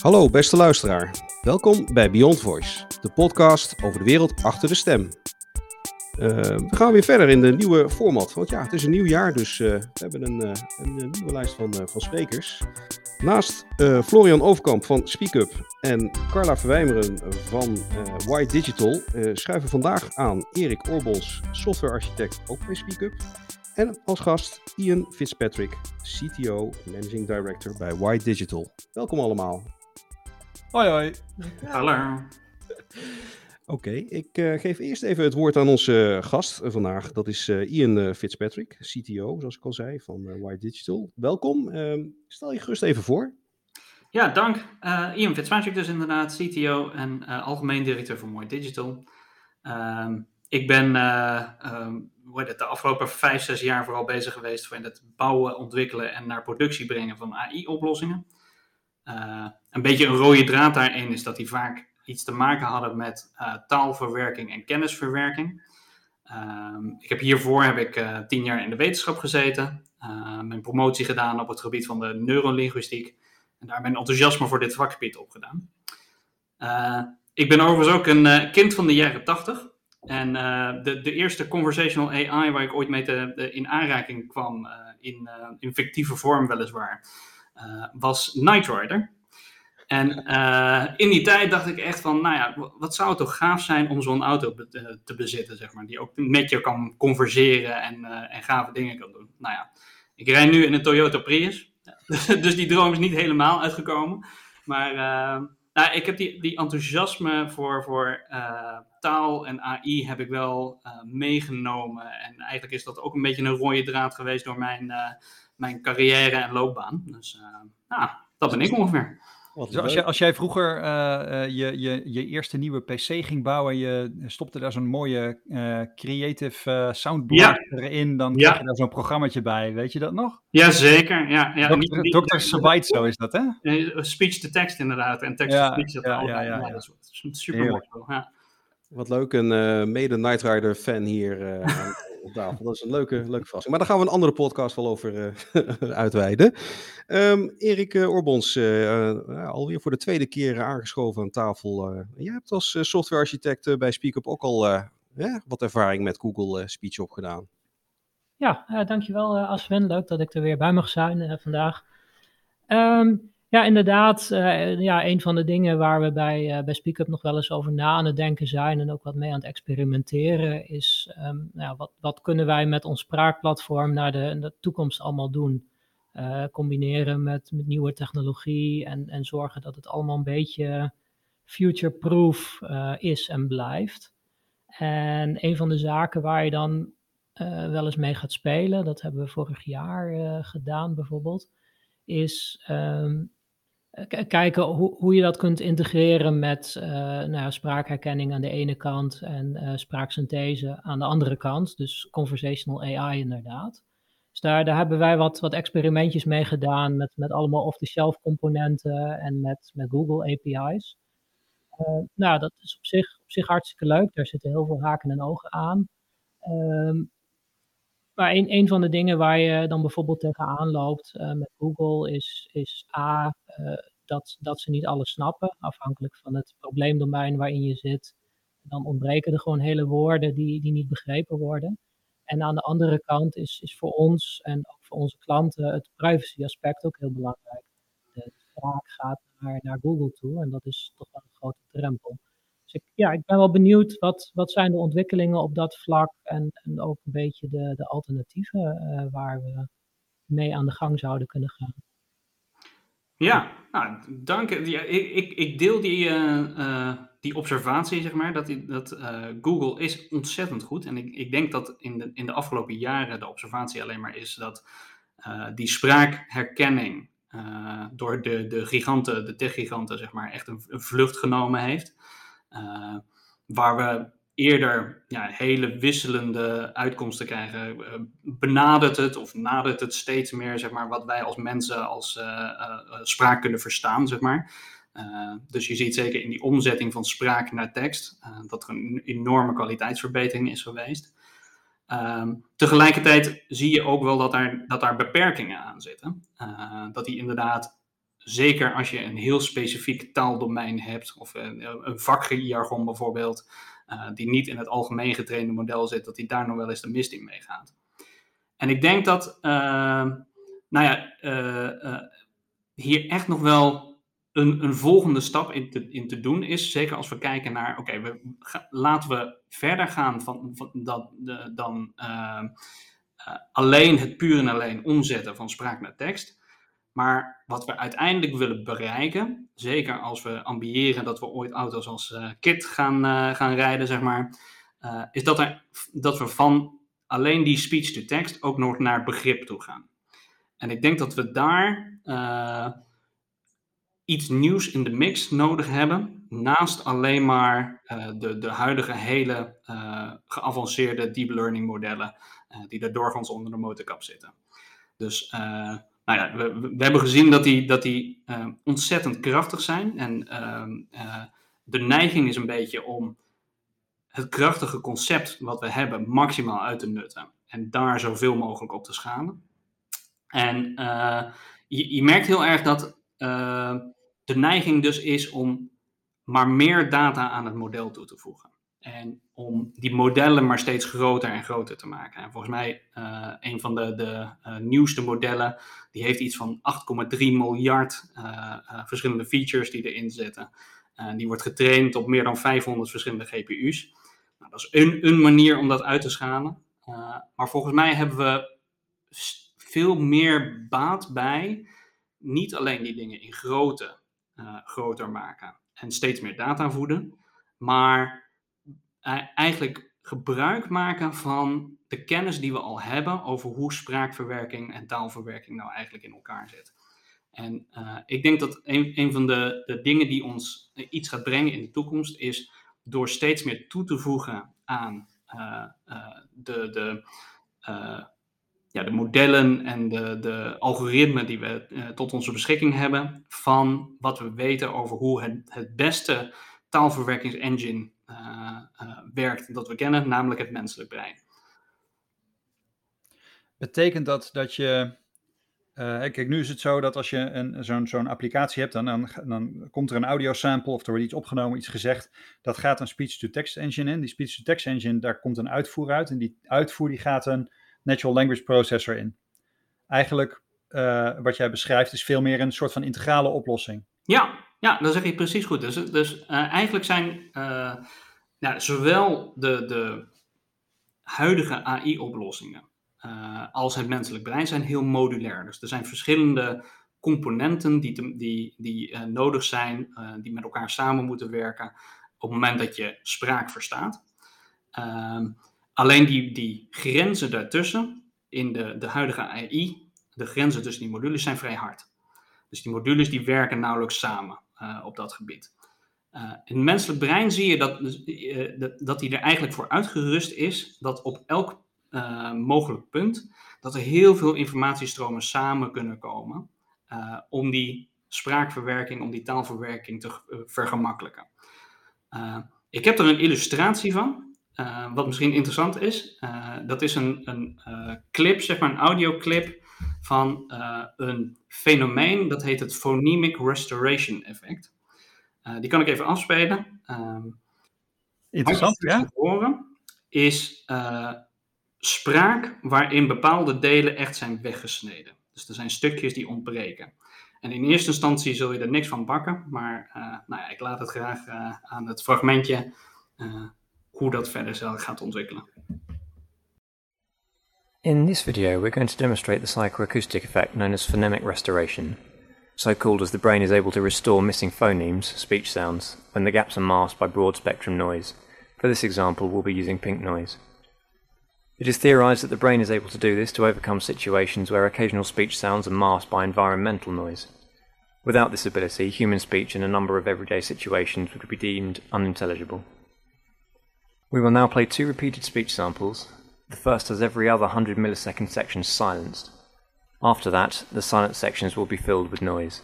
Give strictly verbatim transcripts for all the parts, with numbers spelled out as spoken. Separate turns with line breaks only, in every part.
Hallo beste luisteraar, welkom bij Beyond Voice, de podcast over de wereld achter de stem. Uh, we gaan weer verder in de nieuwe format, want ja, het is een nieuw jaar, dus uh, we hebben een, uh, een, een nieuwe lijst van, uh, van sprekers. Naast uh, Florian Overkamp van SpeakUp en Carla Verwijmeren van uh, White Digital uh, schuiven vandaag aan Erik Oorbos, softwarearchitect ook bij SpeakUp. En als gast Ian Fitzpatrick, C T O, Managing Director bij White Digital. Welkom allemaal.
Hoi hoi.
Hallo.
Oké, okay, ik uh, geef eerst even het woord aan onze gast uh, vandaag. Dat is uh, Ian uh, Fitzpatrick, C T O, zoals ik al zei, van uh, White Digital. Welkom, uh, stel je gerust even voor.
Ja, dank. Uh, Ian Fitzpatrick dus inderdaad, C T O en uh, algemeen directeur van White Digital. Uh, ik ben uh, um, hoe heet het, de afgelopen vijf, zes jaar vooral bezig geweest in het bouwen, ontwikkelen en naar productie brengen van A I-oplossingen. Uh, een beetje een rode draad daarin is dat die vaak iets te maken hadden met uh, taalverwerking en kennisverwerking. Uh, ik heb hiervoor heb ik uh, tien jaar in de wetenschap gezeten. Uh, mijn promotie gedaan op het gebied van de neurolinguïstiek. En daar mijn enthousiasme voor dit vakgebied opgedaan. Uh, ik ben overigens ook een uh, kind van de jaren tachtig. En uh, de, de eerste conversational A I waar ik ooit mee te, de, in aanraking kwam, uh, in, uh, in fictieve vorm weliswaar, uh, was Knight Rider. En uh, in die tijd dacht ik echt van, nou ja, wat zou het toch gaaf zijn om zo'n auto be- te bezitten, zeg maar, die ook met je kan converseren en, uh, en gave dingen kan doen. Nou ja, ik rijd nu in een Toyota Prius, dus die droom is niet helemaal uitgekomen. Maar uh, nou, ik heb die, die enthousiasme voor, voor uh, taal en A I heb ik wel uh, meegenomen. En eigenlijk is dat ook een beetje een rode draad geweest door mijn, uh, mijn carrière en loopbaan. Dus uh, nou, dat ben ik ongeveer.
Dus als, jij, als jij vroeger uh, uh, je, je, je eerste nieuwe P C ging bouwen, je stopte daar zo'n mooie uh, creative uh, soundblaster ja. in, dan ja. krijg je daar zo'n programmaatje bij. Weet je dat nog?
Jazeker, ja. ja.
dokter dokter Sabait, zo is dat, hè?
Speech-to-text inderdaad, en text-to-speech.
Ja, ja, ja, ja, ja.
Dat is super mooi. Ja.
Wat leuk, een uh, mede Knight Rider fan hier uh, aan op tafel. Dat is een leuke, leuke verrassing. Maar daar gaan we een andere podcast wel over uh, uitweiden. Um, Erik uh, Oorbos, uh, uh, alweer voor de tweede keer uh, aangeschoven aan tafel. Uh, jij hebt als uh, softwarearchitect uh, bij SpeakUp ook al uh, yeah, wat ervaring met Google uh, Speech opgedaan.
Ja, uh, dankjewel uh, Aswin. Leuk dat ik er weer bij mag zijn uh, vandaag. Um, Ja, inderdaad. Uh, ja, een van de dingen waar we bij, uh, bij SpeakUp nog wel eens over na aan het denken zijn en ook wat mee aan het experimenteren is, um, nou, wat, wat kunnen wij met ons spraakplatform naar de, de toekomst allemaal doen? Uh, combineren met, met nieuwe technologie en, en zorgen dat het allemaal een beetje future-proof uh, is en blijft. En een van de zaken waar je dan uh, wel eens mee gaat spelen, dat hebben we vorig jaar uh, gedaan bijvoorbeeld, is um, k- kijken hoe, hoe je dat kunt integreren met uh, nou ja, spraakherkenning aan de ene kant en uh, spraaksynthese aan de andere kant. Dus conversational A I inderdaad. Dus daar, daar hebben wij wat, wat experimentjes mee gedaan met, met allemaal off-the-shelf componenten en met, met Google A P I's. Uh, nou, dat is op zich, op zich hartstikke leuk. Daar zitten heel veel haken en ogen aan. Um, Maar een, een van de dingen waar je dan bijvoorbeeld tegenaan loopt uh, met Google is, is A, uh, dat, dat ze niet alles snappen, afhankelijk van het probleemdomein waarin je zit. Dan ontbreken er gewoon hele woorden die, die niet begrepen worden. En aan de andere kant is, is voor ons en ook voor onze klanten het privacy aspect ook heel belangrijk. De spraak gaat naar, naar Google toe en dat is toch wel een grote drempel. Dus ik, ja, ik ben wel benieuwd, wat, wat zijn de ontwikkelingen op dat vlak en, en ook een beetje de, de alternatieven uh, waar we mee aan de gang zouden kunnen gaan.
Ja, nou, dank. Ja, ik, ik, ik deel die, uh, uh, die observatie, zeg maar, dat, die, dat uh, Google is ontzettend goed. En ik, ik denk dat in de, in de afgelopen jaren de observatie alleen maar is dat uh, die spraakherkenning uh, door de, de giganten, de techgiganten, zeg maar, echt een, een vlucht genomen heeft. Uh, waar we eerder ja, hele wisselende uitkomsten krijgen, uh, benadert het of nadert het steeds meer, zeg maar, wat wij als mensen als uh, uh, spraak kunnen verstaan, zeg maar. Uh, dus je ziet zeker in die omzetting van spraak naar tekst, uh, dat er een enorme kwaliteitsverbetering is geweest. Um, tegelijkertijd zie je ook wel dat daar, dat daar beperkingen aan zitten. Uh, dat die inderdaad zeker als je een heel specifiek taaldomein hebt, of een, een vakjargon bijvoorbeeld, uh, die niet in het algemeen getrainde model zit, dat die daar nog wel eens de mist in meegaat. En ik denk dat, uh, nou ja, uh, uh, hier echt nog wel een, een volgende stap in te, in te doen is, zeker als we kijken naar, oké, okay, we, ga, laten we verder gaan van, van dat, de, dan uh, uh, alleen het puur en alleen omzetten van spraak naar tekst. Maar wat we uiteindelijk willen bereiken, zeker als we ambiëren dat we ooit auto's als uh, Kit gaan, uh, gaan rijden, zeg maar, uh, is dat, er, dat we van alleen die speech-to-text ook nog naar begrip toe gaan. En ik denk dat we daar uh, iets nieuws in de mix nodig hebben, naast alleen maar uh, de, de huidige hele uh, geavanceerde deep learning modellen uh, die er doorgaans onder de motorkap zitten. Dus uh, nou ja, we, we hebben gezien dat die, dat die uh, ontzettend krachtig zijn en uh, uh, de neiging is een beetje om het krachtige concept wat we hebben maximaal uit te nutten en daar zoveel mogelijk op te schalen. En uh, je, je merkt heel erg dat uh, de neiging dus is om maar meer data aan het model toe te voegen. En om die modellen maar steeds groter en groter te maken. En volgens mij, uh, een van de, de uh, nieuwste modellen, die heeft iets van acht komma drie miljard uh, uh, verschillende features die erin zitten. Uh, die wordt getraind op meer dan vijfhonderd verschillende G P U's. Nou, dat is een, een manier om dat uit te schalen. Uh, maar volgens mij hebben we veel meer baat bij niet alleen die dingen in grootte uh, groter maken en steeds meer data voeden, maar uh, eigenlijk gebruik maken van de kennis die we al hebben over hoe spraakverwerking en taalverwerking nou eigenlijk in elkaar zit. En uh, ik denk dat een, een van de, de dingen die ons iets gaat brengen in de toekomst is door steeds meer toe te voegen aan uh, uh, de, de, uh, ja, de modellen en de, de algoritmen die we uh, tot onze beschikking hebben van wat we weten over hoe het, het beste taalverwerkingsengine uh, uh, werkt dat we kennen, namelijk het menselijk brein.
Betekent dat dat je... Uh, kijk, nu is het zo dat als je een, zo'n, zo'n applicatie hebt, dan, dan, dan komt er een audiosample of er wordt iets opgenomen, iets gezegd. Dat gaat een speech-to-text engine in. Die speech-to-text engine, daar komt een uitvoer uit. En die uitvoer die gaat een natural language processor in. Eigenlijk, uh, wat jij beschrijft, is veel meer een soort van integrale oplossing.
Ja, ja, dat zeg je precies goed. Dus, dus uh, eigenlijk zijn uh, nou, zowel de, de huidige A I-oplossingen Uh, als het menselijk brein zijn heel modulair. Dus er zijn verschillende componenten die, te, die, die uh, nodig zijn, uh, die met elkaar samen moeten werken op het moment dat je spraak verstaat. Uh, alleen die, die grenzen daartussen, in de, de huidige A I, de grenzen tussen die modules zijn vrij hard. Dus die modules die werken nauwelijks samen uh, op dat gebied. Uh, in het menselijk brein zie je dat, uh, dat, dat die er eigenlijk voor uitgerust is, dat op elk Uh, mogelijk punt, dat er heel veel informatiestromen samen kunnen komen uh, om die spraakverwerking, om die taalverwerking te uh, vergemakkelijken. Uh, ik heb er een illustratie van, uh, wat misschien interessant is. Uh, dat is een, een uh, clip, zeg maar een audioclip van uh, een fenomeen, dat heet het Phonemic Restoration Effect. Uh, die kan ik even afspelen. Uh,
Interessant,
wat je ja? horen is Uh, spraak waarin bepaalde delen echt zijn weggesneden. Dus er zijn stukjes die ontbreken. En in eerste instantie zul je er niks van bakken, maar uh, nou ja, ik laat het graag uh, aan het fragmentje uh, hoe dat verder gaat ontwikkelen.
In this video we're going to demonstrate the psychoacoustic effect known as phonemic restoration, so called as the brain is able to restore missing phonemes, speech sounds, when the gaps are masked by broad spectrum noise. For this example we'll be using pink noise. It is theorized that the brain is able to do this to overcome situations where occasional speech sounds are masked by environmental noise. Without this ability, human speech in a number of everyday situations would be deemed unintelligible. We will now play two repeated speech samples. The first has every other one hundred millisecond section silenced. After that, the silent sections will be filled with noise.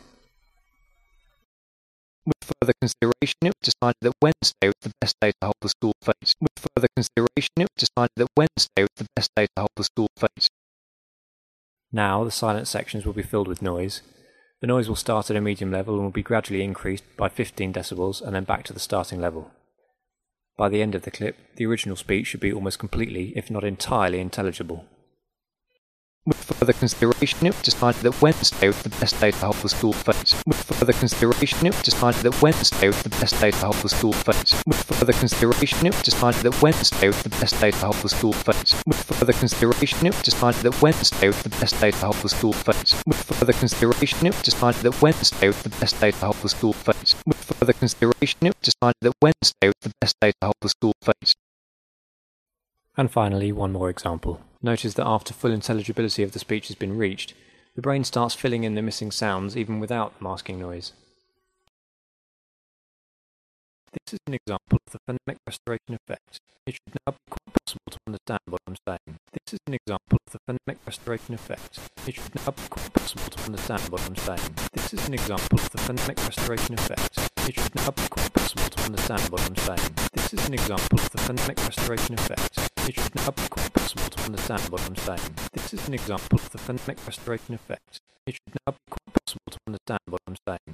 With further consideration, it was decided that Wednesday was the best day to hold the school fete. With further consideration, it was decided that Wednesday was the best day to hold the school fete. Now, the silent sections will be filled with noise. The noise will start at a medium level and will be gradually increased by fifteen decibels and then back to the starting level. By the end of the clip, the original speech should be almost completely, if not entirely, intelligible. With further consideration, it was decided that Wednesday was the best day to hold the school fete. With further consideration, it was decided that Wednesday was the best day to hold the school fete. With further consideration, it was decided that Wednesday was the best day to hold the school fete. With further consideration, it was decided that Wednesday was the best day to hold the school fete. With further consideration, it was decided that Wednesday was the best day to hold the school fete. With further consideration, it was decided that Wednesday was the best day to hold the school fete. And finally, one more example. Notice that after full intelligibility of the speech has been reached, the brain starts filling in the missing sounds even without the masking noise. This is an example of the phonemic restoration effect. It should now be quite possible to understand what I'm saying. This is an example of the phonemic restoration effect. It should now be quite possible to understand what I'm saying. This is an example of the phonemic restoration effect. It should now be quite possible to understand what I'm saying. This is an example of the phonemic restoration effect. It should now be quite possible to understand what I'm saying. This is an example of the phonemic restoration effect. It should now be quite possible to understand what I'm saying.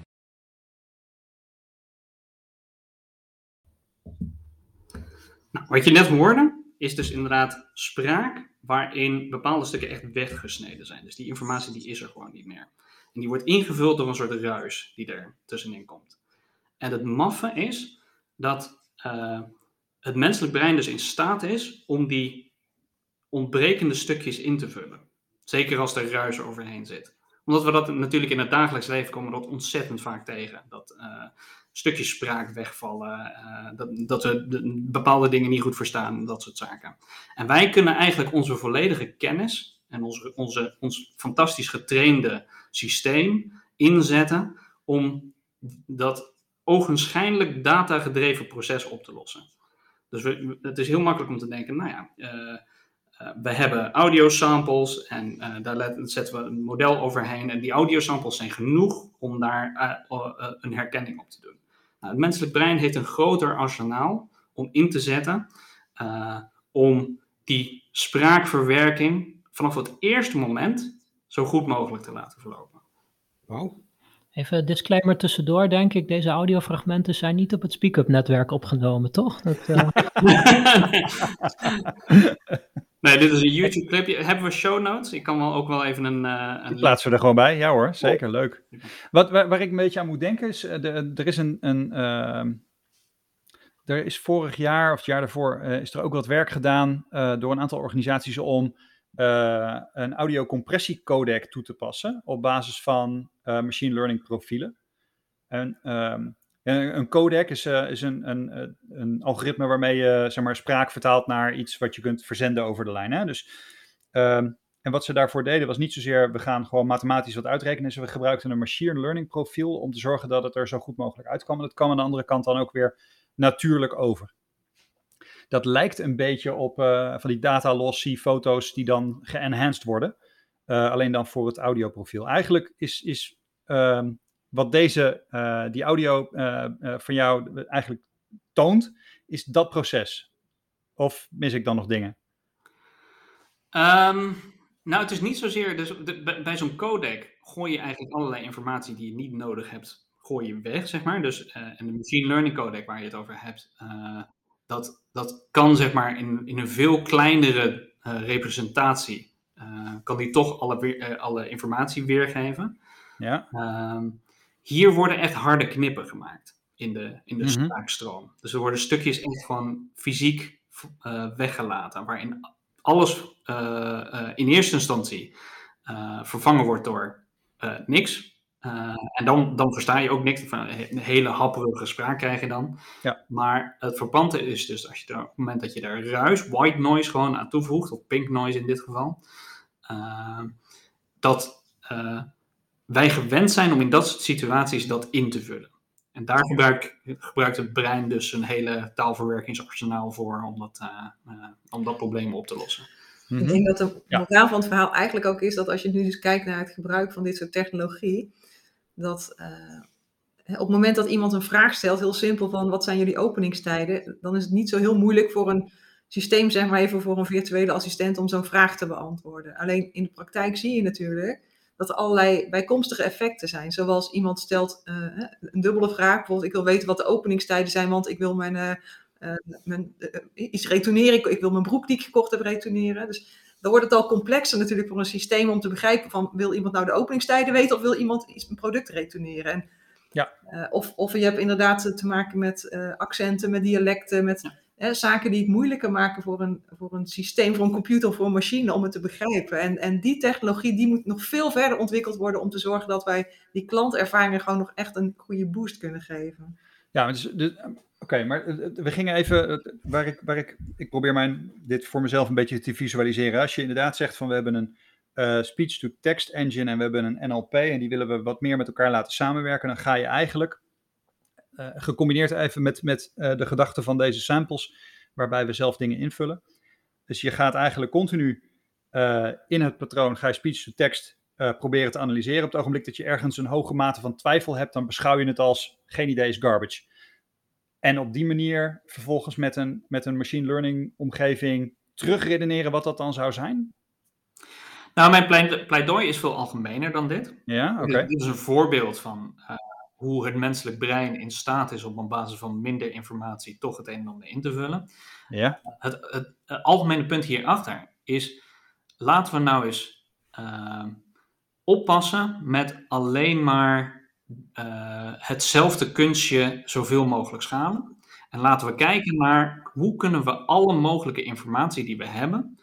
Nou, wat je net hoorde, is dus inderdaad spraak waarin bepaalde stukken echt weggesneden zijn. Dus die informatie die is er gewoon niet meer. En die wordt ingevuld door een soort ruis die er tussenin komt. En het maffe is dat uh, het menselijk brein dus in staat is om die ontbrekende stukjes in te vullen. Zeker als er ruis overheen zit. Omdat we dat natuurlijk in het dagelijks leven komen dat ontzettend vaak tegen. Dat uh, stukjes spraak wegvallen, uh, dat, dat we de, bepaalde dingen niet goed verstaan, dat soort zaken. En wij kunnen eigenlijk onze volledige kennis en onze, onze, ons fantastisch getrainde systeem inzetten om dat ogenschijnlijk datagedreven proces op te lossen. Dus we, het is heel makkelijk om te denken, nou ja, uh, uh, we hebben audiosamples en uh, daar let, zetten we een model overheen. En die audiosamples zijn genoeg om daar uh, uh, een herkenning op te doen. Nou, het menselijk brein heeft een groter arsenaal om in te zetten uh, om die spraakverwerking vanaf het eerste moment zo goed mogelijk te laten verlopen.
Wauw.
Even een disclaimer tussendoor, denk ik. Deze audiofragmenten zijn niet op het Speak-up-netwerk opgenomen, toch? Dat, uh...
nee, dit is een YouTube-clipje. Hebben we show notes? Ik kan wel ook wel even een... Uh, een
Die plaatsen we er gewoon bij. Ja hoor, zeker. Leuk. Wat, waar, waar ik een beetje aan moet denken is... De, er is een... een uh, er is vorig jaar of het jaar daarvoor... Uh, is er ook wat werk gedaan uh, door een aantal organisaties om... Uh, een audiocompressiecodec toe te passen op basis van uh, machine learning profielen. En, um, een, een codec is, uh, is een, een, een algoritme waarmee je zeg maar, spraak vertaalt naar iets wat je kunt verzenden over de lijn. Hè? Dus, um, en wat ze daarvoor deden was niet zozeer we gaan gewoon mathematisch wat uitrekenen. Dus we gebruikten een machine learning profiel om te zorgen dat het er zo goed mogelijk uitkwam. En dat kwam aan de andere kant dan ook weer natuurlijk over. Dat lijkt een beetje op uh, van die data lossy foto's die dan geënhanced worden. Uh, alleen dan voor het audioprofiel. Eigenlijk is, is uh, wat deze, uh, die audio uh, uh, van jou eigenlijk toont, is dat proces. Of mis ik dan nog dingen?
Um, nou, het is niet zozeer... Dus de, bij, bij zo'n codec gooi je eigenlijk allerlei informatie die je niet nodig hebt, gooi je weg, zeg maar. Dus uh, en de machine learning codec waar je het over hebt... Uh, Dat, dat kan zeg maar in, in een veel kleinere uh, representatie, uh, kan die toch alle, weer, uh, alle informatie weergeven.
Ja.
Uh, hier worden echt harde knippen gemaakt in de, in de
Mm-hmm.
spraakstroom. Dus er worden stukjes echt gewoon fysiek uh, weggelaten, waarin alles uh, uh, in eerste instantie uh, vervangen wordt door uh, niks. Uh, en dan, dan versta je ook niks van een hele happerige spraak krijg je dan.
Ja.
Maar het verpante is dus als je er, op het moment dat je daar ruis, white noise gewoon aan toevoegt, of pink noise in dit geval, uh, dat uh, wij gewend zijn om in dat soort situaties dat in te vullen. En daar gebruik, gebruikt het brein dus een hele taalverwerkingsarsenaal voor om dat, uh, uh, om dat probleem op te lossen.
Mm-hmm. Ik denk dat de moraal ja. van het verhaal eigenlijk ook is dat als je nu dus kijkt naar het gebruik van dit soort technologie, dat uh, op het moment dat iemand een vraag stelt, heel simpel van wat zijn jullie openingstijden, dan is het niet zo heel moeilijk voor een systeem, zeg maar even voor een virtuele assistent, om zo'n vraag te beantwoorden. Alleen in de praktijk zie je natuurlijk dat er allerlei bijkomstige effecten zijn. Zoals iemand stelt uh, een dubbele vraag. Bijvoorbeeld, ik wil weten wat de openingstijden zijn, want ik wil mijn, uh, uh, mijn uh, iets retourneren. Ik, ik wil mijn broek die ik gekocht heb retourneren. Dus dan wordt het al complexer natuurlijk voor een systeem om te begrijpen van, wil iemand nou de openingstijden weten of wil iemand iets, een product retourneren? En,
ja.
uh, of, of je hebt inderdaad te maken met uh, accenten, met dialecten, met... Ja. Hè, zaken die het moeilijker maken voor een, voor een systeem, voor een computer of voor een machine om het te begrijpen. En, en die technologie die moet nog veel verder ontwikkeld worden om te zorgen dat wij die klantervaringen gewoon nog echt een goede boost kunnen geven.
Ja, dus, dus, oké, okay, maar we gingen even, waar ik, waar ik, ik probeer mijn, dit voor mezelf een beetje te visualiseren. Als je inderdaad zegt van we hebben een uh, speech-to-text engine en we hebben een N L P en die willen we wat meer met elkaar laten samenwerken, dan ga je eigenlijk... Uh, gecombineerd even met, met uh, de gedachte van deze samples, waarbij we zelf dingen invullen. Dus je gaat eigenlijk continu uh, in het patroon, ga je speech-to-text uh, proberen te analyseren. Op het ogenblik dat je ergens een hoge mate van twijfel hebt, dan beschouw je het als geen idee is garbage. En op die manier vervolgens met een, met een machine learning omgeving terugredeneren wat dat dan zou zijn?
Nou, mijn pleidooi is veel algemener dan dit.
Ja, oké. Okay.
Dit is een voorbeeld van... Uh, hoe het menselijk brein in staat is om op basis van minder informatie toch het een en ander in te vullen.
Ja.
Het, het, het algemene punt hierachter is, laten we nou eens uh, oppassen met alleen maar uh, hetzelfde kunstje zoveel mogelijk schalen. En laten we kijken naar hoe kunnen we alle mogelijke informatie die we hebben,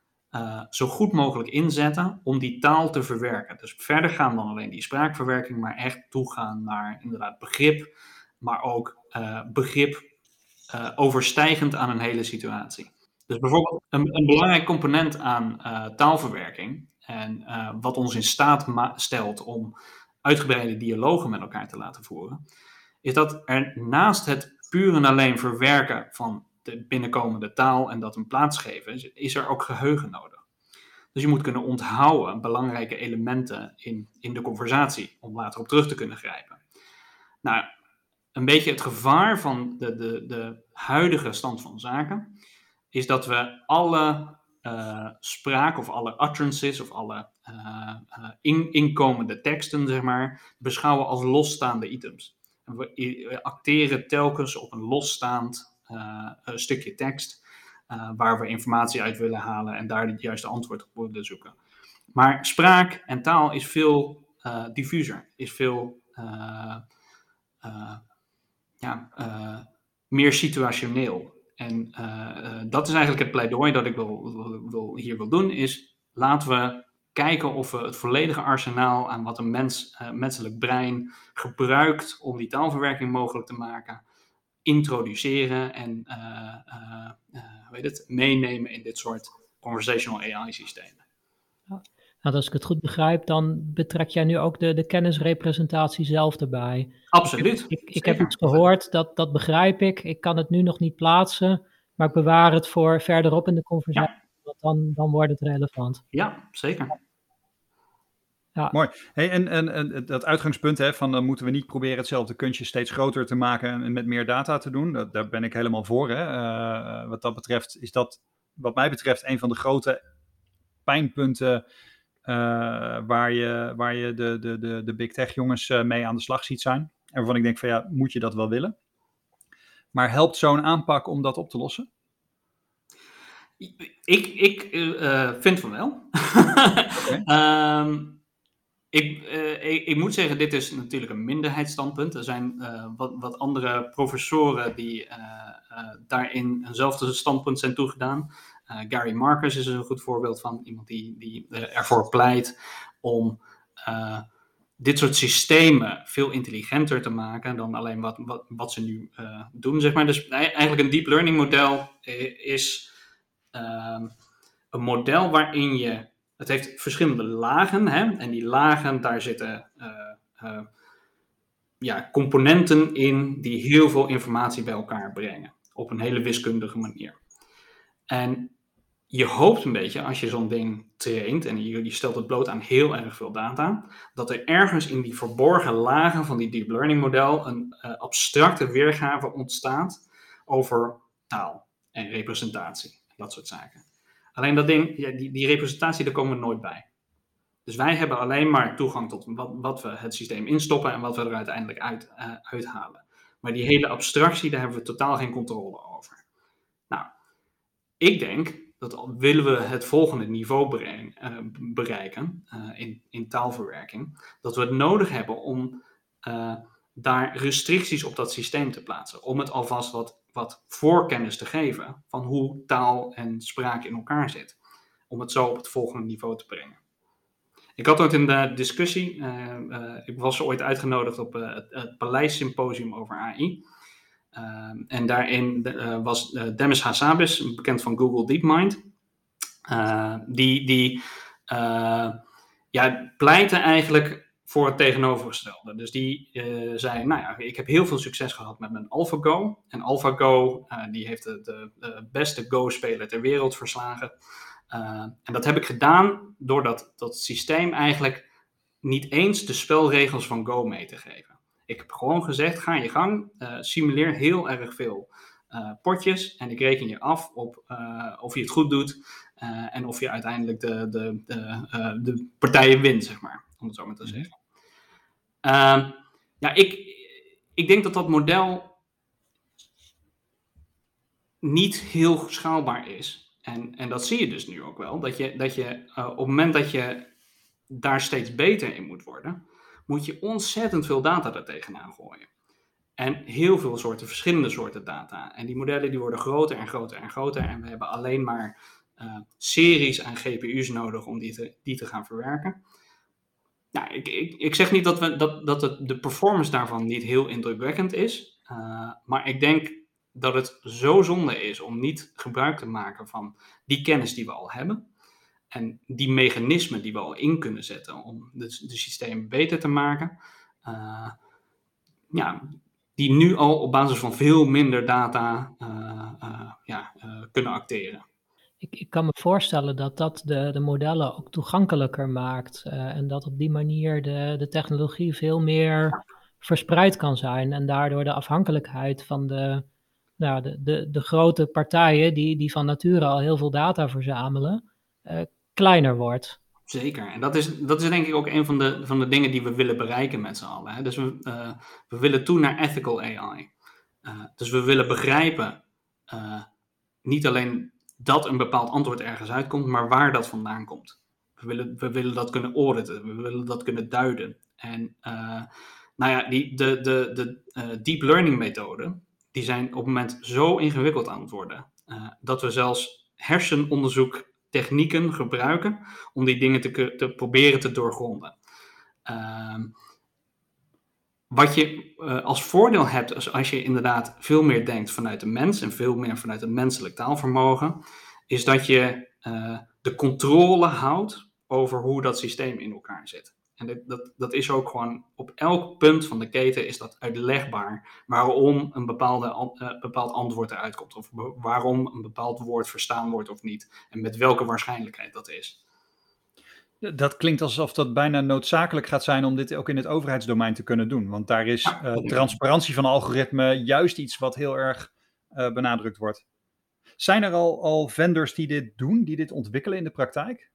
Uh, zo goed mogelijk inzetten om die taal te verwerken. Dus verder gaan dan alleen die spraakverwerking, maar echt toegaan naar inderdaad begrip, maar ook uh, begrip uh, overstijgend aan een hele situatie. Dus bijvoorbeeld een, een belangrijk component aan uh, taalverwerking en uh, wat ons in staat ma- stelt om uitgebreide dialogen met elkaar te laten voeren, is dat er naast het puur en alleen verwerken van de binnenkomende taal en dat een plaats geven, is, is er ook geheugen nodig. Dus je moet kunnen onthouden belangrijke elementen in, in de conversatie, om later op terug te kunnen grijpen. Nou, een beetje het gevaar van de, de, de huidige stand van zaken, is dat we alle uh, spraak of alle utterances of alle uh, uh, in, inkomende teksten, zeg maar, beschouwen als losstaande items. En we, we acteren telkens op een losstaand Uh, een stukje tekst uh, waar we informatie uit willen halen en daar het juiste antwoord op willen zoeken. Maar spraak en taal is veel uh, diffuser, is veel uh, uh, ja, uh, meer situationeel. En uh, uh, dat is eigenlijk het pleidooi dat ik wil, wil, wil, hier wil doen, is laten we kijken of we het volledige arsenaal aan wat een mens, uh, menselijk brein gebruikt om die taalverwerking mogelijk te maken, introduceren en uh, uh, uh, hoe heet het, meenemen in dit soort conversational A I-systemen.
Ja. Nou, als ik het goed begrijp, dan betrek jij nu ook de, de kennisrepresentatie zelf erbij.
Absoluut.
Ik, ik, ik heb iets gehoord, dat, dat begrijp ik. Ik kan het nu nog niet plaatsen, maar ik bewaar het voor verderop in de conversatie. Ja. Want dan, dan wordt het relevant.
Ja, zeker.
Ja. Mooi. Hey, en, en, en dat uitgangspunt hè, van dan moeten we niet proberen hetzelfde kunstje steeds groter te maken en met meer data te doen. Dat, daar ben ik helemaal voor. Hè. Uh, wat dat betreft is dat wat mij betreft een van de grote pijnpunten uh, waar je, waar je de, de, de, de big tech jongens uh, mee aan de slag ziet zijn. En waarvan ik denk van ja, moet je dat wel willen? Maar helpt zo'n aanpak om dat op te lossen?
Ik, ik uh, vind van wel. Okay. um, Ik, uh, ik, ik moet zeggen, dit is natuurlijk een minderheidsstandpunt. Er zijn uh, wat, wat andere professoren die uh, uh, daarin eenzelfde standpunt zijn toegedaan. Uh, Gary Marcus is er een goed voorbeeld van. Iemand die, die ervoor pleit om uh, dit soort systemen veel intelligenter te maken dan alleen wat, wat, wat ze nu uh, doen, zeg maar. Dus eigenlijk een deep learning model is uh, een model waarin je... Het heeft verschillende lagen, hè? En die lagen, daar zitten uh, uh, ja, componenten in die heel veel informatie bij elkaar brengen. Op een hele wiskundige manier. En je hoopt een beetje, als je zo'n ding traint en je, je stelt het bloot aan heel erg veel data, dat er ergens in die verborgen lagen van die deep learning model een uh, abstracte weergave ontstaat over taal en representatie. Dat soort zaken. Alleen dat ding, ja, die, die representatie, daar komen we nooit bij. Dus wij hebben alleen maar toegang tot wat, wat we het systeem instoppen en wat we er uiteindelijk uit, uh, uithalen. Maar die hele abstractie, daar hebben we totaal geen controle over. Nou, ik denk dat al willen we het volgende niveau bereik, uh, bereiken uh, in, in taalverwerking, dat we het nodig hebben om uh, daar restricties op dat systeem te plaatsen. Om het alvast wat, wat voorkennis te geven van hoe taal en spraak in elkaar zit. Om het zo op het volgende niveau te brengen. Ik had ooit in de discussie, uh, uh, ik was ooit uitgenodigd op uh, het, het Paleis Symposium over A I. Uh, en daarin uh, was uh, Demis Hassabis, bekend van Google DeepMind. Uh, die die uh, ja, pleitte eigenlijk voor het tegenovergestelde. Dus die uh, zei, nou ja, ik heb heel veel succes gehad met mijn AlphaGo. En AlphaGo, uh, die heeft de, de, de beste Go-speler ter wereld verslagen. Uh, en dat heb ik gedaan doordat dat systeem eigenlijk niet eens de spelregels van Go mee te geven. Ik heb gewoon gezegd, ga je gang, uh, simuleer heel erg veel uh, potjes en ik reken je af op uh, of je het goed doet uh, en of je uiteindelijk de, de, de, uh, de partijen wint, zeg maar, om het zo maar te zeggen. Uh, ja, ik, ik denk dat dat model niet heel schaalbaar is. En, en dat zie je dus nu ook wel, dat je, dat je uh, op het moment dat je daar steeds beter in moet worden, moet je ontzettend veel data er tegenaan gooien. En heel veel soorten, verschillende soorten data. En die modellen die worden groter en groter en groter. En we hebben alleen maar uh, series aan G P U's nodig om die te, die te gaan verwerken. Nou, ik, ik, ik zeg niet dat, we, dat, dat het, de performance daarvan niet heel indrukwekkend is. Uh, maar ik denk dat het zo zonde is om niet gebruik te maken van die kennis die we al hebben. En die mechanismen die we al in kunnen zetten om de, de systeem beter te maken. Uh, ja, die nu al op basis van veel minder data uh, uh, ja, uh, kunnen acteren.
Ik, ik kan me voorstellen dat dat de, de modellen ook toegankelijker maakt. Uh, en dat op die manier de, de technologie veel meer verspreid kan zijn. En daardoor de afhankelijkheid van de, nou, de, de, de grote partijen die, die van nature al heel veel data verzamelen, uh, kleiner wordt.
Zeker. En dat is, dat is denk ik ook een van de, van de dingen die we willen bereiken met z'n allen. Hè? Dus we, uh, we willen toe naar ethical A I. Uh, dus we willen begrijpen uh, niet alleen dat een bepaald antwoord ergens uitkomt, maar waar dat vandaan komt. We willen, we willen dat kunnen auditen, we willen dat kunnen duiden. En uh, nou ja, die, de, de, de uh, deep learning methoden, die zijn op het moment zo ingewikkeld aan het worden, uh, dat we zelfs hersenonderzoek technieken gebruiken om die dingen te, te proberen te doorgronden. Uh, wat je uh, als voordeel hebt, is als je inderdaad veel meer denkt vanuit de mens en veel meer vanuit het menselijk taalvermogen, is dat je uh, de controle houdt over hoe dat systeem in elkaar zit. En dat, dat, dat is ook gewoon op elk punt van de keten is dat uitlegbaar waarom een bepaalde, uh, bepaald antwoord eruit komt. Of be- waarom een bepaald woord verstaan wordt of niet. En met welke waarschijnlijkheid dat is.
Dat klinkt alsof dat bijna noodzakelijk gaat zijn om dit ook in het overheidsdomein te kunnen doen. Want daar is uh, transparantie van algoritme juist iets wat heel erg uh, benadrukt wordt. Zijn er al, al vendors die dit doen, die dit ontwikkelen in de praktijk?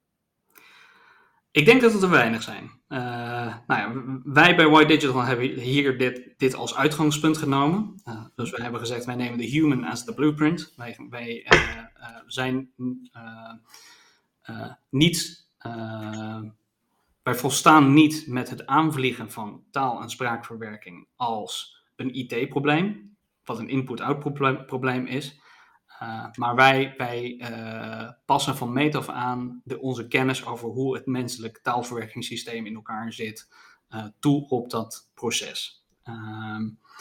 Ik denk dat het er weinig zijn. Uh, nou ja, wij bij White Digital hebben hier dit, dit als uitgangspunt genomen. Uh, dus we hebben gezegd, wij nemen de human as the blueprint. Wij, wij uh, uh, zijn uh, uh, niet... Uh, wij volstaan niet met het aanvliegen van taal- en spraakverwerking als een I T-probleem, wat een input-output-probleem is. Uh, maar wij, wij uh, passen van meet af aan de, onze kennis over hoe het menselijk taalverwerkingssysteem in elkaar zit, uh, toe op dat proces. Uh,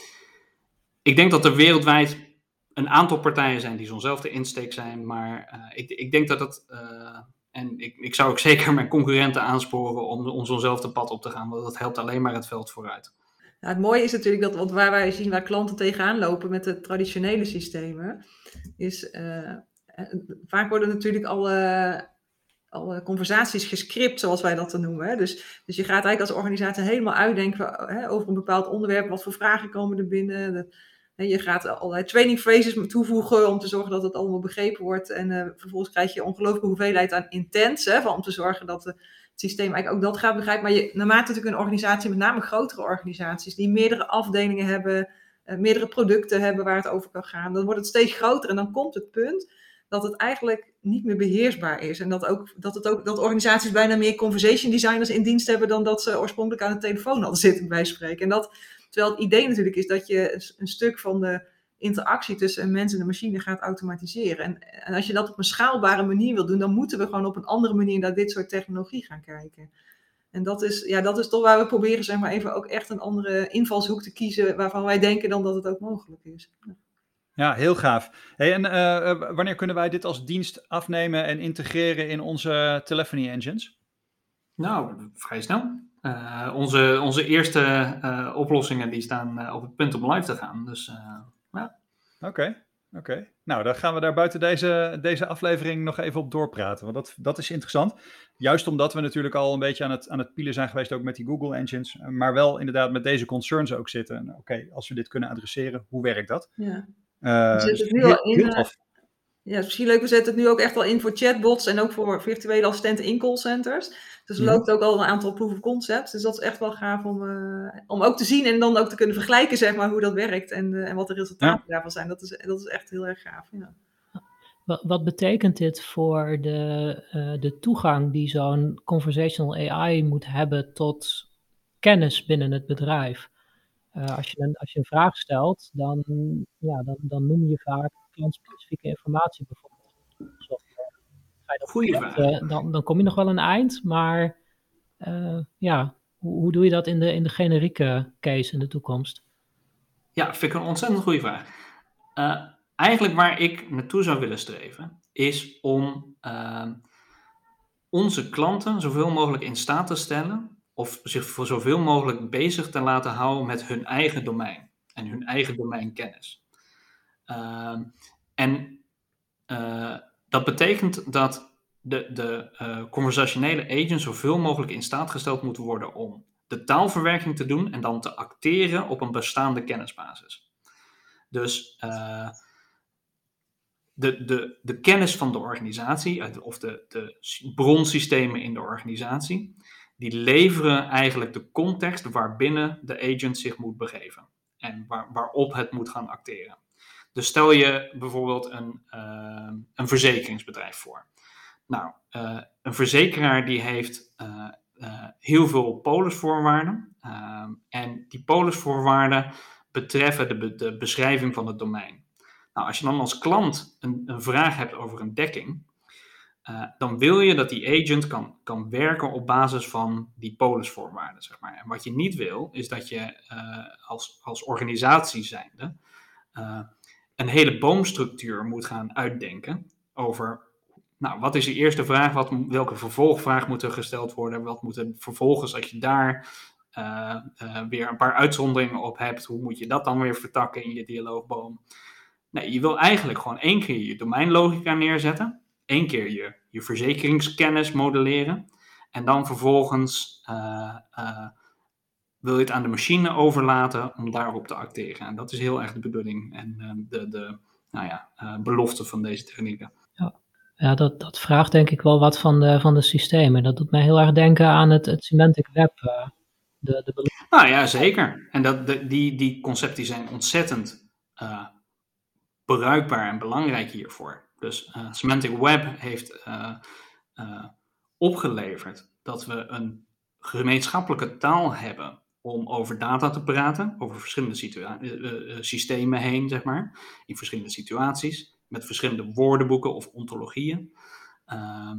ik denk dat er wereldwijd een aantal partijen zijn die zo'nzelfde insteek zijn, maar uh, ik, ik denk dat het... Uh, En ik, ik zou ook zeker mijn concurrenten aansporen om, om zo'nzelfde pad op te gaan, want dat helpt alleen maar het veld vooruit.
Nou, het mooie is natuurlijk dat wat waar wij zien waar klanten tegenaan lopen met de traditionele systemen, is uh, vaak worden natuurlijk alle, alle conversaties gescript, zoals wij dat dan noemen. Hè? Dus, dus je gaat eigenlijk als organisatie helemaal uitdenken hè, over een bepaald onderwerp, wat voor vragen komen er binnen. De, hè, je gaat allerlei training phrases toevoegen om te zorgen dat het allemaal begrepen wordt. En uh, vervolgens krijg je een ongelooflijke hoeveelheid aan intents, hè, van, om te zorgen dat de het systeem eigenlijk ook dat gaat begrijpen. Maar je, naarmate natuurlijk een organisatie, met name grotere organisaties, die meerdere afdelingen hebben, uh, meerdere producten hebben waar het over kan gaan, dan wordt het steeds groter en dan komt het punt dat het eigenlijk niet meer beheersbaar is. En dat, ook, dat, het ook, dat organisaties bijna meer conversation designers in dienst hebben dan dat ze oorspronkelijk aan de telefoon hadden zitten bij spreken. En dat, terwijl het idee natuurlijk is dat je een, een stuk van de interactie tussen een mens en een machine gaat automatiseren. En, en als je dat op een schaalbare manier wil doen, dan moeten we gewoon op een andere manier naar dit soort technologie gaan kijken. En dat is, ja, dat is toch waar we proberen, zeg maar, even ook echt een andere invalshoek te kiezen, waarvan wij denken dan dat het ook mogelijk is. Ja.
Ja, heel gaaf. Hey, en uh, wanneer kunnen wij dit als dienst afnemen en integreren in onze telephony engines?
Nou, vrij snel. Uh, onze, onze eerste uh, oplossingen die staan uh, op het punt om live te gaan. Dus uh, ja.
Oké, okay, oké. Okay. Nou, dan gaan we daar buiten deze, deze aflevering nog even op doorpraten. Want dat, dat is interessant. Juist omdat we natuurlijk al een beetje aan het, aan het pielen zijn geweest ook met die Google engines. Maar wel inderdaad met deze concerns ook zitten. Oké, okay, als we dit kunnen adresseren, hoe werkt dat?
Ja.
Uh,
we zetten
dus
het nu
heel,
al in,
heel tof.
Ja, het is misschien leuk, we zetten het nu ook echt al in voor chatbots en ook voor virtuele assistenten in callcenters. Dus er
Mhm.
loopt ook al een aantal proof of concepts. Dus dat is echt wel gaaf om, uh, om ook te zien en dan ook te kunnen vergelijken, zeg maar, hoe dat werkt en, uh, en wat de resultaten
Ja.
daarvan zijn. Dat is, dat is echt heel erg gaaf. Ja.
Wat, wat betekent dit voor de, uh, de toegang die zo'n conversational A I moet hebben tot kennis binnen het bedrijf? Uh, als, je een, als je een vraag stelt, dan, ja, dan, dan noem je vaak klantspecifieke informatie bijvoorbeeld. Zoals, uh, ga je dat
Goeie
project,
vraag.
uh, dan, dan kom je nog wel een eind, maar uh, ja, hoe, hoe doe je dat in de, in de generieke case in de toekomst?
Ja, vind ik een ontzettend goede vraag. Uh, eigenlijk waar ik naartoe zou willen streven, is om uh, onze klanten zoveel mogelijk in staat te stellen of zich voor zoveel mogelijk bezig te laten houden met hun eigen domein en hun eigen domeinkennis. Uh, en uh, dat betekent dat de, de uh, conversationele agent zoveel mogelijk in staat gesteld moet worden om de taalverwerking te doen en dan te acteren op een bestaande kennisbasis. Dus uh, de, de, de kennis van de organisatie of de, de bronsystemen in de organisatie, die leveren eigenlijk de context waarbinnen de agent zich moet begeven en waar, waarop het moet gaan acteren. Dus stel je bijvoorbeeld een, uh, een verzekeringsbedrijf voor. Nou, uh, een verzekeraar die heeft uh, uh, heel veel polisvoorwaarden. Uh, en die polisvoorwaarden betreffen de, be- de beschrijving van het domein. Nou, als je dan als klant een, een vraag hebt over een dekking, uh, dan wil je dat die agent kan, kan werken op basis van die polisvoorwaarden, zeg maar. En wat je niet wil, is dat je uh, als, als organisatie zijnde uh, een hele boomstructuur moet gaan uitdenken over, nou, wat is de eerste vraag, wat, welke vervolgvraag moet er gesteld worden, wat moet er vervolgens, als je daar uh, uh, weer een paar uitzonderingen op hebt, hoe moet je dat dan weer vertakken in je dialoogboom? Nee, je wil eigenlijk gewoon één keer je domeinlogica neerzetten, één keer je, je verzekeringskennis modelleren en dan vervolgens uh, uh, wil je het aan de machine overlaten om daarop te acteren. En dat is heel erg de bedoeling en uh, de, de nou ja, uh, belofte van deze technieken.
Ja, ja dat, dat vraagt denk ik wel wat van de, van de systemen. Dat doet mij heel erg denken aan het, het semantic web. Uh, de, de belofte.
Nou ja, zeker. En dat, de, die, die concepten zijn ontzettend uh, bruikbaar en belangrijk hiervoor. Dus uh, semantic web heeft uh, uh, opgeleverd dat we een gemeenschappelijke taal hebben om over data te praten, over verschillende situa- uh, uh, systemen heen, zeg maar, in verschillende situaties, met verschillende woordenboeken of ontologieën. Uh,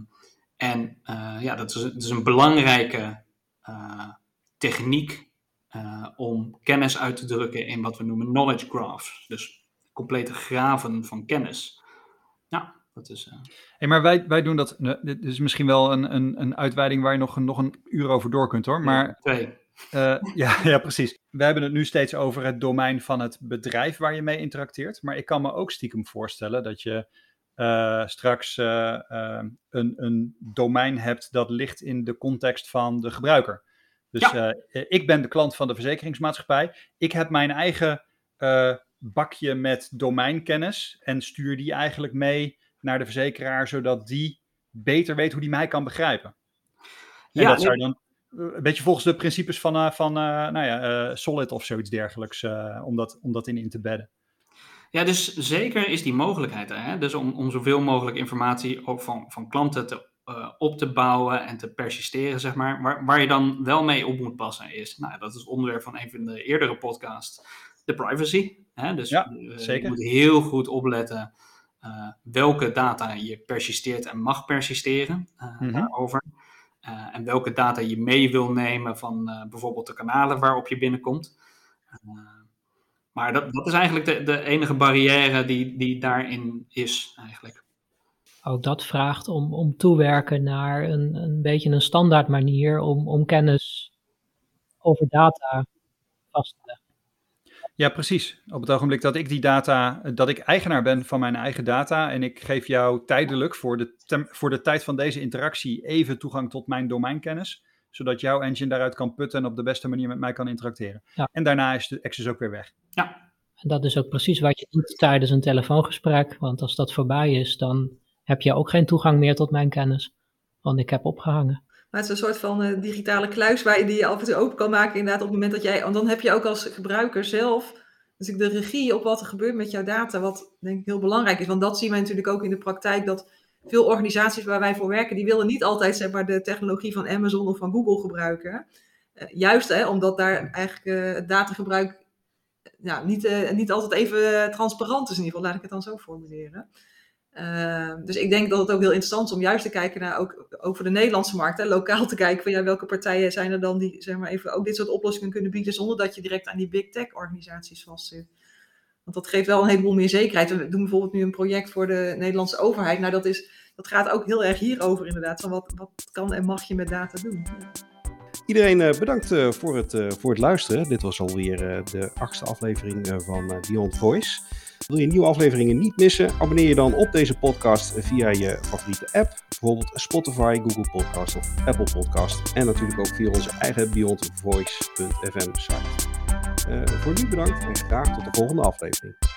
en uh, ja, dat is, dat is een belangrijke uh, techniek uh, om kennis uit te drukken in wat we noemen knowledge graphs. Dus complete graven van kennis. Nou, dat is... Uh...
Hey, maar wij, wij doen dat... Dit is misschien wel een, een, een uitweiding waar je nog, nog een uur over door kunt, hoor. Maar,
Twee.
Uh, ja, ja, precies. We hebben het nu steeds over het domein van het bedrijf waar je mee interacteert. Maar ik kan me ook stiekem voorstellen dat je uh, straks uh, uh, een, een domein hebt dat ligt in de context van de gebruiker. Dus ja. uh, ik ben de klant van de verzekeringsmaatschappij. Ik heb mijn eigen uh, bakje met domeinkennis en stuur die eigenlijk mee naar de verzekeraar, zodat die beter weet hoe die mij kan begrijpen. En
Ja,
dat
nee.
zou je dan een beetje volgens de principes van, uh, van uh, nou ja, uh, Solid of zoiets dergelijks, uh, om, dat, om dat in in te bedden.
Ja, dus zeker is die mogelijkheid er. Hè? Dus om, om zoveel mogelijk informatie ook van, van klanten te, uh, op te bouwen en te persisteren, zeg maar. Waar, waar je dan wel mee op moet passen is, nou, dat is het onderwerp van een van de eerdere podcasts, de privacy. Hè? Dus
ja,
uh,
zeker.
Je moet heel goed opletten uh, welke data je persisteert en mag persisteren uh, mm-hmm. daarover. Uh, en welke data je mee wil nemen van uh, bijvoorbeeld de kanalen waarop je binnenkomt. Uh, Maar dat, dat is eigenlijk de, de enige barrière die, die daarin is, eigenlijk.
Ook dat vraagt om, om toewerken naar een, een beetje een standaard manier om, om kennis over data vast te leggen.
Ja, precies. Op het ogenblik dat ik die data, dat ik eigenaar ben van mijn eigen data en ik geef jou tijdelijk voor de, tem, voor de tijd van deze interactie even toegang tot mijn domeinkennis, zodat jouw engine daaruit kan putten en op de beste manier met mij kan interacteren. Ja. En daarna is de access ook weer weg.
Ja.
En dat is ook precies wat je doet tijdens een telefoongesprek, want als dat voorbij is, dan heb je ook geen toegang meer tot mijn kennis, want ik heb opgehangen.
Maar het is een soort van uh, digitale kluis waar je die je af en toe open kan maken, inderdaad, op het moment dat jij, want dan heb je ook als gebruiker zelf dus de regie op wat er gebeurt met jouw data, wat denk ik heel belangrijk is, want dat zien wij natuurlijk ook in de praktijk, dat veel organisaties waar wij voor werken, die willen niet altijd zeg maar, de technologie van Amazon of van Google gebruiken. Uh, juist hè, omdat daar eigenlijk uh, het datagebruik ja, niet, uh, niet altijd even transparant is in ieder geval, laat ik het dan zo formuleren. Uh, dus ik denk dat het ook heel interessant is om juist te kijken naar ook over de Nederlandse markt, hè, lokaal te kijken van ja, welke partijen zijn er dan die zeg maar even ook dit soort oplossingen kunnen bieden zonder dat je direct aan die big tech organisaties vastzit. Want dat geeft wel een heleboel meer zekerheid. We doen bijvoorbeeld nu een project voor de Nederlandse overheid. Nou, dat, is, dat gaat ook heel erg hierover inderdaad. Van wat, wat kan en mag je met data doen? Ja.
Iedereen uh, bedankt uh, voor, het, uh, voor het luisteren. Dit was alweer uh, de achtste aflevering uh, van uh, Beyond Voice. Wil je nieuwe afleveringen niet missen? Abonneer je dan op deze podcast via je favoriete app. Bijvoorbeeld Spotify, Google Podcast of Apple Podcast. En natuurlijk ook via onze eigen beyond voice punt f m site. Uh, voor nu bedankt en graag tot de volgende aflevering.